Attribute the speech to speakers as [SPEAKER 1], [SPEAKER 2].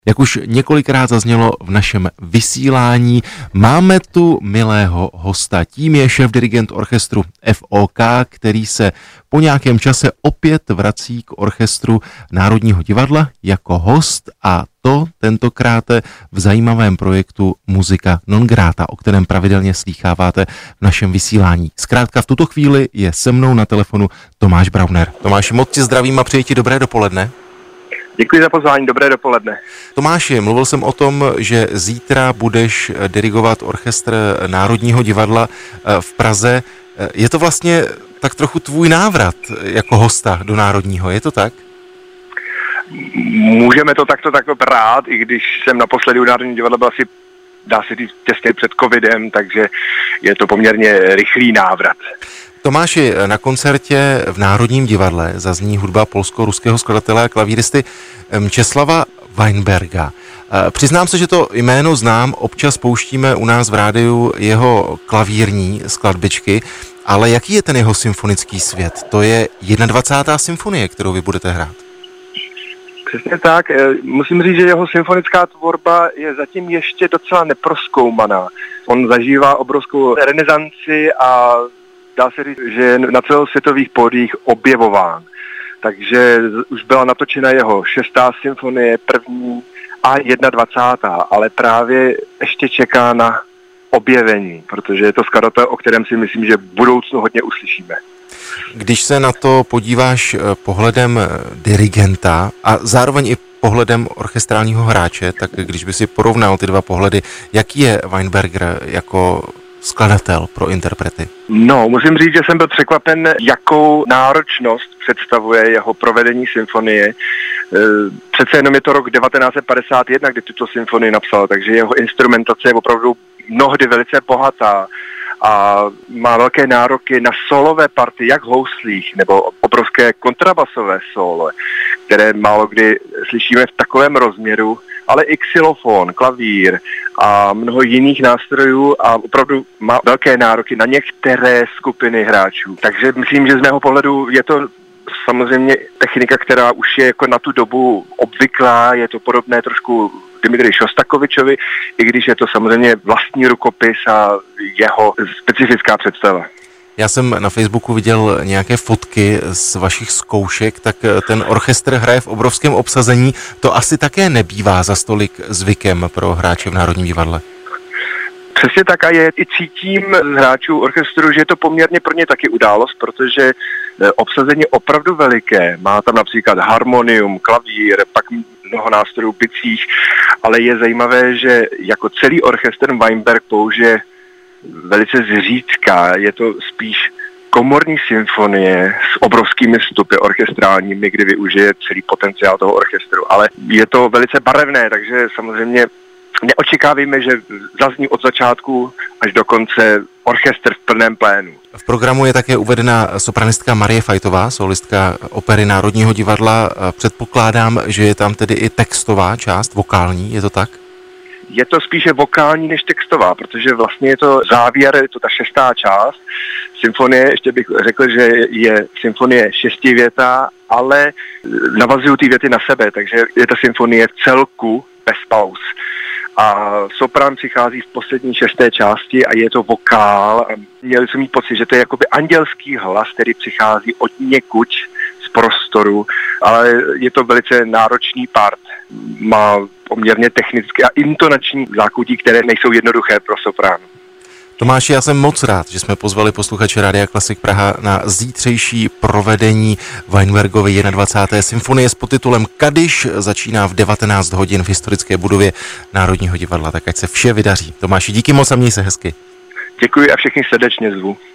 [SPEAKER 1] Jak už několikrát zaznělo v našem vysílání, máme tu milého hosta. Tím je šéfdirigent orchestru FOK, který se po nějakém čase opět vrací k orchestru Národního divadla jako host, a to tentokrát v zajímavém projektu Musica non grata, o kterém pravidelně slýcháváte v našem vysílání. Zkrátka v tuto chvíli je se mnou na telefonu Tomáš Brauner. Tomáši, moc tě zdravím a přeji ti dobré dopoledne.
[SPEAKER 2] Děkuji za pozvání, dobré dopoledne.
[SPEAKER 1] Tomáši, mluvil jsem o tom, že zítra budeš dirigovat orchestr Národního divadla v Praze. Je to vlastně tak trochu tvůj návrat jako hosta do Národního, je to tak?
[SPEAKER 2] Můžeme to takto brát, i když jsem naposledy u Národního divadla byl asi, dá se říct, těsně před covidem, takže je to poměrně rychlý návrat.
[SPEAKER 1] Tomáši, na koncertě v Národním divadle zazní hudba polsko-ruského skladatele a klavíristy Mčeslava Weinberga. Přiznám se, že to jméno znám, občas pouštíme u nás v rádiu jeho klavírní skladbičky, ale jaký je ten jeho symfonický svět? To je 21. symfonie, kterou vy budete hrát.
[SPEAKER 2] Přesně tak. Musím říct, že jeho symfonická tvorba je zatím ještě docela neprozkoumaná. On zažívá obrovskou renesanci a dá se říct, že je na celosvětových pódiích objevován. Takže už byla natočena jeho 6. symfonie, 1. a 21. ale právě ještě čeká na objevení, protože je to skladatel, o kterém si myslím, že v budoucnu hodně uslyšíme.
[SPEAKER 1] Když se na to podíváš pohledem dirigenta a zároveň i pohledem orchestrálního hráče, tak když by si porovnal ty dva pohledy, jaký je Weinberger jako skladatel pro interprety?
[SPEAKER 2] No, musím říct, že jsem byl překvapen, jakou náročnost představuje jeho provedení symfonie. Přece jenom je to rok 1951, kdy tuto symfonii napsal, takže jeho instrumentace je opravdu mnohdy velice bohatá a má velké nároky na solové party, jak houslích, nebo obrovské kontrabasové solo, které málo kdy slyšíme v takovém rozměru, ale i xylofon, klavír a mnoho jiných nástrojů a opravdu má velké nároky na některé skupiny hráčů. Takže myslím, že z mého pohledu je to samozřejmě technika, která už je jako na tu dobu obvyklá, je to podobné trošku Dimitriji Šostakovičovi, i když je to samozřejmě vlastní rukopis a jeho specifická představa.
[SPEAKER 1] Já jsem na Facebooku viděl nějaké fotky z vašich zkoušek, tak ten orchestr hraje v obrovském obsazení. To asi také nebývá za stolik zvykem pro hráče v Národním divadle.
[SPEAKER 2] Přesně tak a je i cítím z hráčů orchestru, že je to poměrně pro ně taky událost, protože obsazení je opravdu veliké. Má tam například harmonium, klavír, pak mnoho nástrojů, bicích, ale je zajímavé, že jako celý orchestr Weinberg použije velice zřídka, je to spíš komorní symfonie s obrovskými vstupy orchestrálními, kdy využije celý potenciál toho orchestru, ale je to velice barevné, takže samozřejmě neočekávíme, že zazní od začátku až do konce orchestr v plném plénu.
[SPEAKER 1] V programu je také uvedena sopranistka Marie Fajtová, solistka opery Národního divadla. Předpokládám, že je tam tedy i textová část, vokální, je to tak?
[SPEAKER 2] Je to spíše vokální než textová, protože vlastně je to závěr, je to ta 6. část symfonie, ještě bych řekl, že je symfonie 6větá, ale navazují ty věty na sebe, takže je ta symfonie v celku bez pauz. A soprán přichází v poslední 6. části a je to vokál. A měli jsme mít pocit, že to je jakoby andělský hlas, který přichází od někud z prostoru, ale je to velice náročný part. Má poměrně technické a intonační zákutí, které nejsou jednoduché pro soprán.
[SPEAKER 1] Tomáši, já jsem moc rád, že jsme pozvali posluchače Rádia Klasik Praha na zítřejší provedení Weinbergovy 21. symfonie s podtitulem Kadiš. Začíná v 19 hodin v historické budově Národního divadla, tak ať se vše vydaří. Tomáši, díky moc a měj se hezky.
[SPEAKER 2] Děkuji a všechny srdečně zvu.